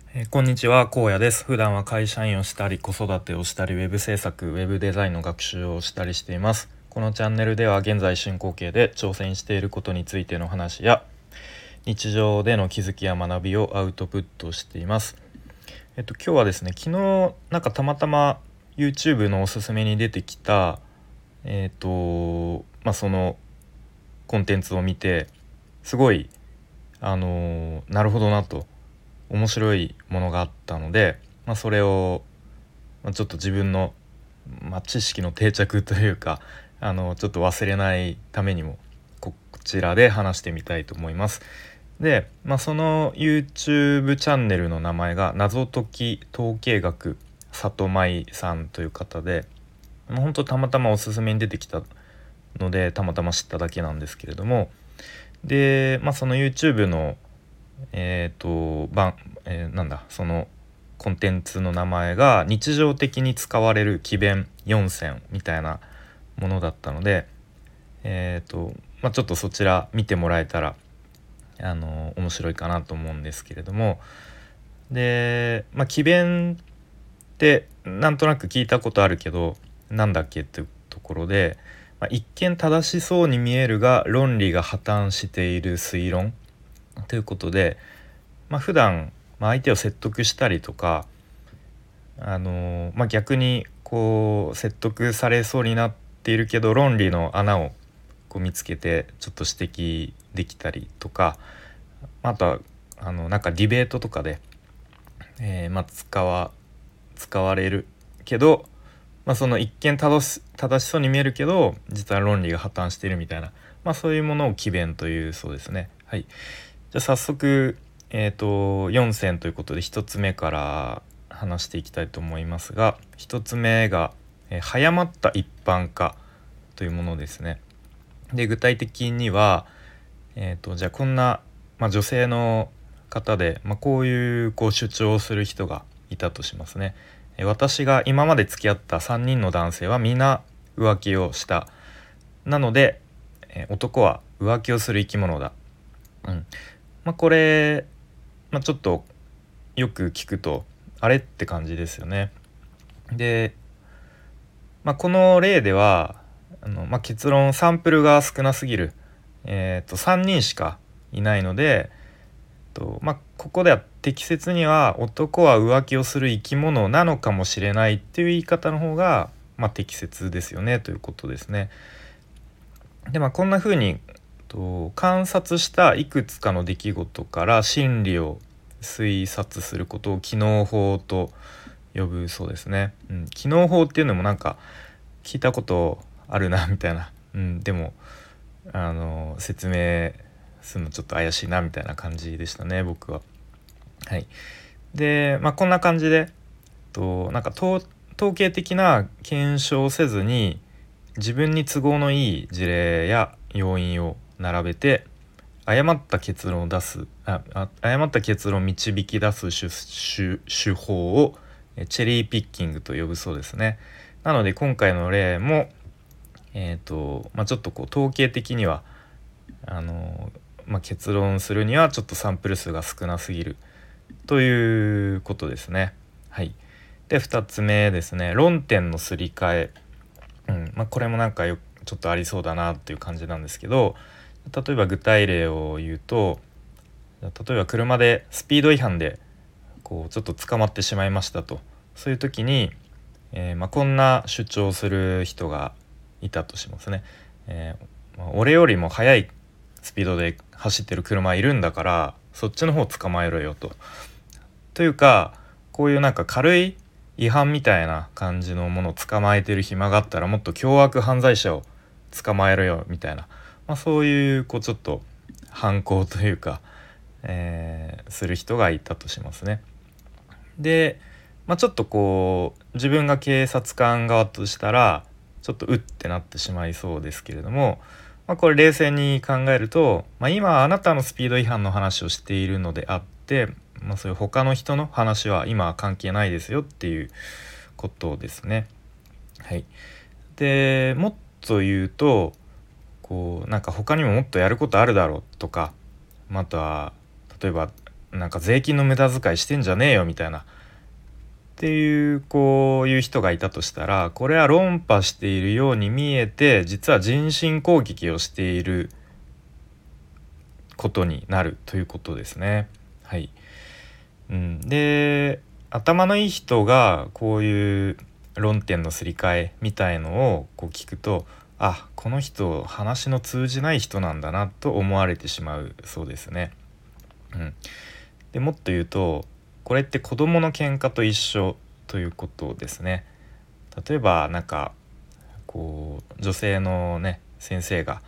こんにちは、荒野です。普段は会社員をしたり、子育てをしたり、ウェブ制作、ウェブデザインの学習をしたりしています。このチャンネルでは現在進行形で挑戦していることについての話や、日常での気づきや学びをアウトプットしています。今日はですね、昨日たまたま YouTube のおすすめに出てきたそのコンテンツを見て、すごいなるほどなと面白いものがあったので、それを、ちょっと自分の、知識の定着というかちょっと忘れないためにもこちらで話してみたいと思います。で、その YouTube チャンネルの名前が謎解き統計学里舞さんという方で、本当たまたまおすすめに出てきたのでたまたま知っただけなんですけれども、で、その YouTube のそのコンテンツの名前が日常的に使われる奇弁4選みたいなものだったので、ちょっとそちら見てもらえたら面白いかなと思うんですけれども、で、奇弁ってなんとなく聞いたことあるけどなんだっけっていうところで、一見正しそうに見えるが論理が破綻している推論ということで、普段、相手を説得したりとか、逆にこう説得されそうになっているけど論理の穴をこう見つけてちょっと指摘できたりとか、あとはディベートとかで、使われるけど、その一見正しそうに見えるけど実は論理が破綻しているみたいな、そういうものを詭弁というそうですね。はい。じゃあ早速、4選ということで1つ目から話していきたいと思いますが、1つ目が、早まった一般化というものですね。で、具体的には、じゃあこんな、女性の方で、こういう主張をする人がいたとしますね。私が今まで付き合った3人の男性は皆浮気をした。なので、男は浮気をする生き物だ。これ、ちょっとよく聞くとあれって感じですよね。で、この例では結論サンプルが少なすぎる、3人しかいないので、ここでは適切には男は浮気をする生き物なのかもしれないっていう言い方の方が、適切ですよねということですね。で、こんな風に観察したいくつかの出来事から心理を推察することを機能法と呼ぶそうですね。機能法っていうのも聞いたことあるなみたいな、でも説明するのちょっと怪しいなみたいな感じでしたね、僕は。はい。で、こんな感じで統計的な検証をせずに自分に都合のいい事例や要因を並べて誤った結論を誤った結論を導き出す手法をチェリーピッキングと呼ぶそうですね。なので今回の例も、ちょっと統計的には結論するにはちょっとサンプル数が少なすぎるということですね。はい。で2つ目ですね、論点のすり替え。これもちょっとありそうだなっていう感じなんですけど、例えば具体例を言うと、例えば車でスピード違反でちょっと捕まってしまいましたと。そういう時に、こんな主張をする人がいたとしますね。俺よりも速いスピードで走ってる車いるんだからそっちの方捕まえろよと。というか、こういう軽い違反みたいな感じのものを捕まえてる暇があったらもっと凶悪犯罪者を捕まえろよみたいな、そういうちょっと反抗というか、する人がいたとしますね。で、ちょっと自分が警察官側としたらちょっとうってなってしまいそうですけれども、これ冷静に考えると、今あなたのスピード違反の話をしているのであって、そういう他の人の話は今は関係ないですよっていうことですね。はい。でもっと言うと他にももっとやることあるだろうとか、あとは例えばなんか税金の無駄遣いしてんじゃねえよみたいなっていうこういう人がいたとしたら、これは論破しているように見えて実は人身攻撃をしていることになるということですね。はい。で頭のいい人がこういう論点のすり替えみたいのをこう聞くと、あ、この人話の通じない人なんだなと思われてしまうそうですね。でもっと言うと、これって子どもの喧嘩と一緒ということですね。例えばなんかこう女性のね先生が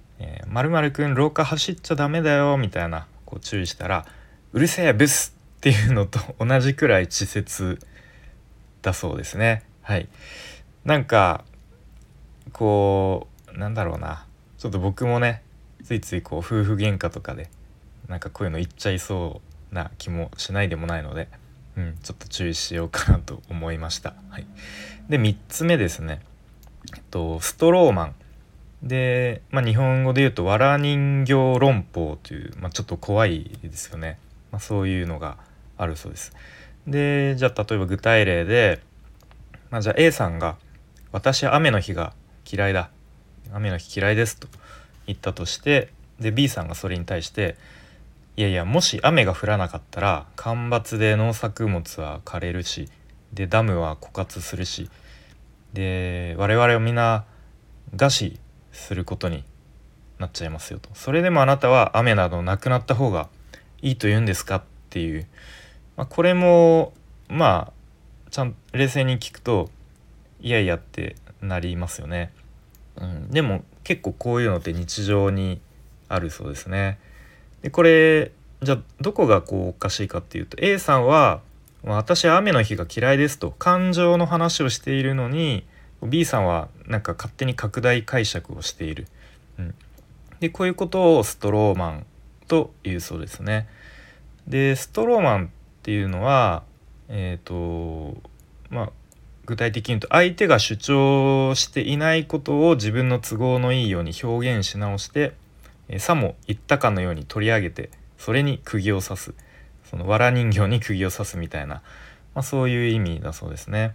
〇〇くん廊下走っちゃダメだよみたいなこう注意したら、うるせえブスっていうのと同じくらい稚拙だそうですね。はい。なんかこうなんだろうな、ちょっと僕もねついついこう夫婦喧嘩とかでなんかこういうの言っちゃいそうな気もしないでもないので、ちょっと注意しようかなと思いました。はい。で3つ目ですね、ストローマンで、日本語で言うとわら人形論法という、ちょっと怖いですよね。そういうのがあるそうです。でじゃあ例えば具体例で、じゃあ A さんが私雨の日が嫌いだ、雨の日嫌いですと言ったとして、で B さんがそれに対して、いやいや、もし雨が降らなかったら干ばつで農作物は枯れるし、でダムは枯渇するし、で我々はみんな餓死することになっちゃいますよと。それでもあなたは雨などなくなった方がいいと言うんですかっていう、これもちゃん冷静に聞くといやいやってなりますよね。でも結構こういうのって日常にあるそうですね。でこれじゃあどこがこうおかしいかっていうと、 A さんは私は雨の日が嫌いですと感情の話をしているのに、 B さんはなんか勝手に拡大解釈をしている。でこういうことをストローマンというそうですね。でストローマンっていうのは具体的に言うと、相手が主張していないことを自分の都合のいいように表現し直して、さも言ったかのように取り上げてそれに釘を刺す、その藁人形に釘を刺すみたいな、そういう意味だそうですね。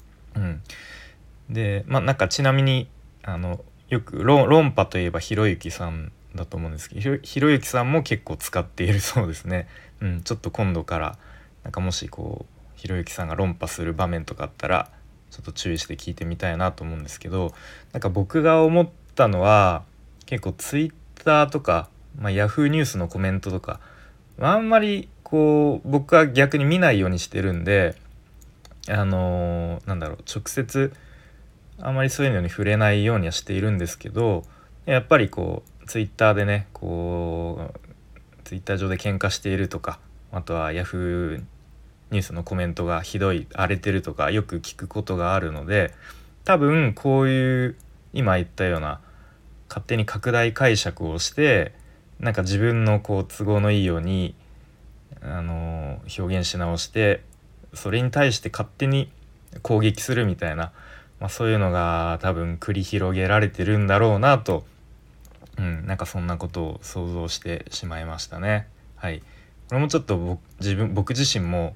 でなんかちなみによく論破といえばひろゆきさんだと思うんですけど、ひろゆきさんも結構使っているそうですね。ちょっと今度からなんかもしこうひろゆきさんが論破する場面とかあったらちょっと注意して聞いてみたいなと思うんですけど、なんか僕が思ったのは結構ツイッターとか、ヤフーニュースのコメントとかあんまりこう僕は逆に見ないようにしてるんで、なんだろう、直接あんまりそういうのに触れないようにはしているんですけど、やっぱりこうツイッターでねこうツイッター上で喧嘩しているとか、あとはヤフーニュースのコメントがひどい荒れてるとかよく聞くことがあるので、多分こういう今言ったような勝手に拡大解釈をしてなんか自分のこう都合のいいように表現し直して、それに対して勝手に攻撃するみたいな、そういうのが多分繰り広げられてるんだろうなと、なんかそんなことを想像してしまいましたね。はい。これもちょっと僕自身も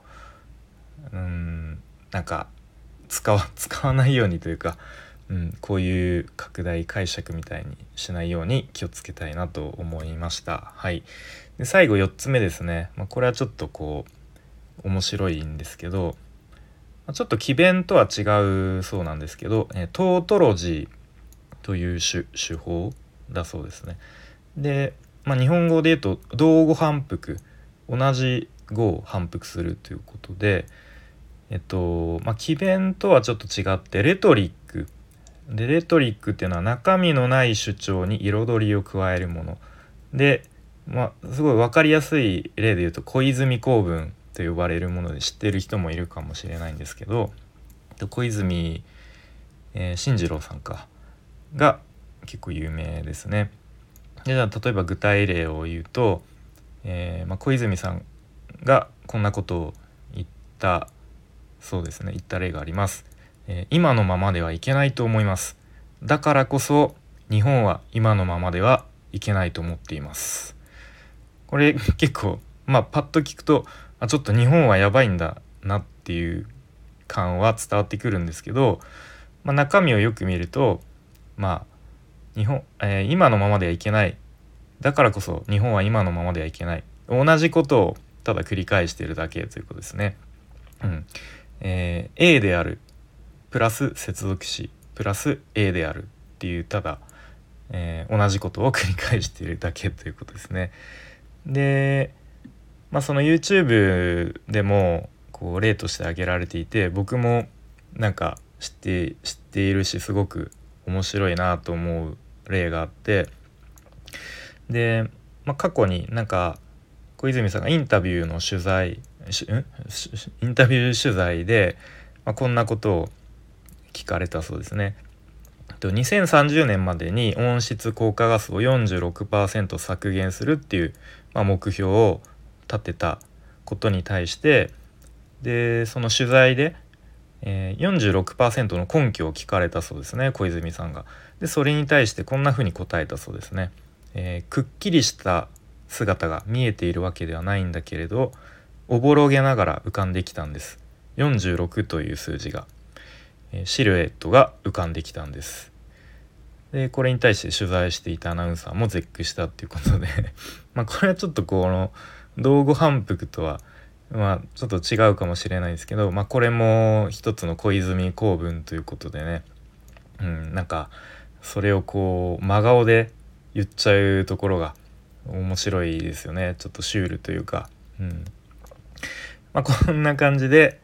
なんか使わないようにというか、こういう拡大解釈みたいにしないように気をつけたいなと思いました。はい。で最後4つ目ですね。これはちょっとこう面白いんですけど、ちょっと奇弁とは違うそうなんですけど、トートロジーという手法だそうですね。で、日本語で言うと同語反復、同じ語を反復するということで、奇弁とはちょっと違ってレトリックで、レトリックっていうのは中身のない主張に彩りを加えるもので、すごい分かりやすい例で言うと小泉公文と呼ばれるもので知ってる人もいるかもしれないんですけど、小泉、進次郎さんが結構有名ですね。でじゃあ例えば具体例を言うと、小泉さんがこんなことを言ったそうですね。言った例があります。今のままではいけないと思います。だからこそ日本は今のままではいけないと思っています。これ結構パッと聞くとちょっと日本はやばいんだなっていう感は伝わってくるんですけど、中身をよく見ると日本、今のままではいけない、だからこそ日本は今のままではいけない、同じことをただ繰り返しているだけということですね。A であるプラス接続詞プラス A であるっていうただ、同じことを繰り返しているだけということですね。で、その YouTube でもこう例として挙げられていて、僕もなんか知っているしすごく面白いなと思う例があって、で、過去になんか小泉さんがインタビュー取材で、こんなことを聞かれたそうですね。2030年までに温室効果ガスを 46% 削減するっていう、目標を立てたことに対して、でその取材で、46% の根拠を聞かれたそうですね、小泉さんが。でそれに対してこんなふうに答えたそうですね。くっきりした姿が見えているわけではないんだけれど、おぼろげながら浮かんできたんです。46という数字が、シルエットが浮かんできたんです。でこれに対して取材していたアナウンサーも絶句したっていうことでこれはちょっとこの道後反復とはちょっと違うかもしれないですけど、これも一つの小泉公文ということでね、なんかそれをこう真顔で言っちゃうところが面白いですよね。ちょっとシュールというか、こんな感じで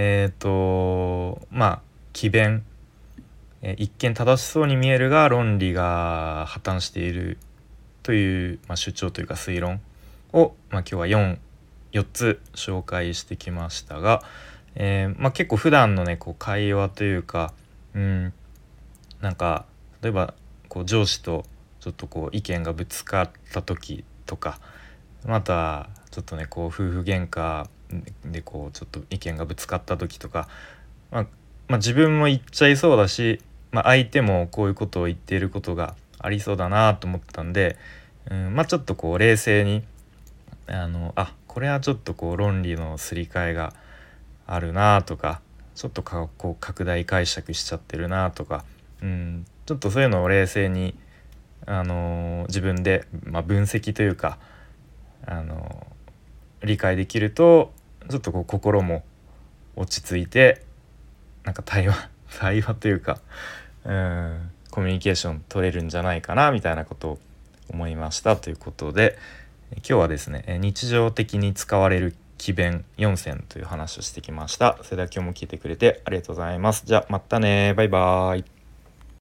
詭弁、一見正しそうに見えるが論理が破綻しているという、主張というか推論を、今日は4つ紹介してきましたが、結構普段のねこう会話というか、なんか例えばこう上司とちょっとこう意見がぶつかった時とか、またちょっとねこう夫婦喧嘩でこうちょっと意見がぶつかった時とか、自分も言っちゃいそうだし、相手もこういうことを言っていることがありそうだなと思ったんで、ちょっとこう冷静にこれはちょっとこう論理のすり替えがあるなとか、ちょっとこう拡大解釈しちゃってるなとか、ちょっとそういうのを冷静に、自分で、分析というか、理解できるとちょっとこう心も落ち着いて、なんか対話というか、コミュニケーション取れるんじゃないかなみたいなことを思いましたということで、今日はですね日常的に使われる詭弁4選という話をしてきました。それでは今日も聞いてくれてありがとうございます。じゃあまたね、バイバーイ。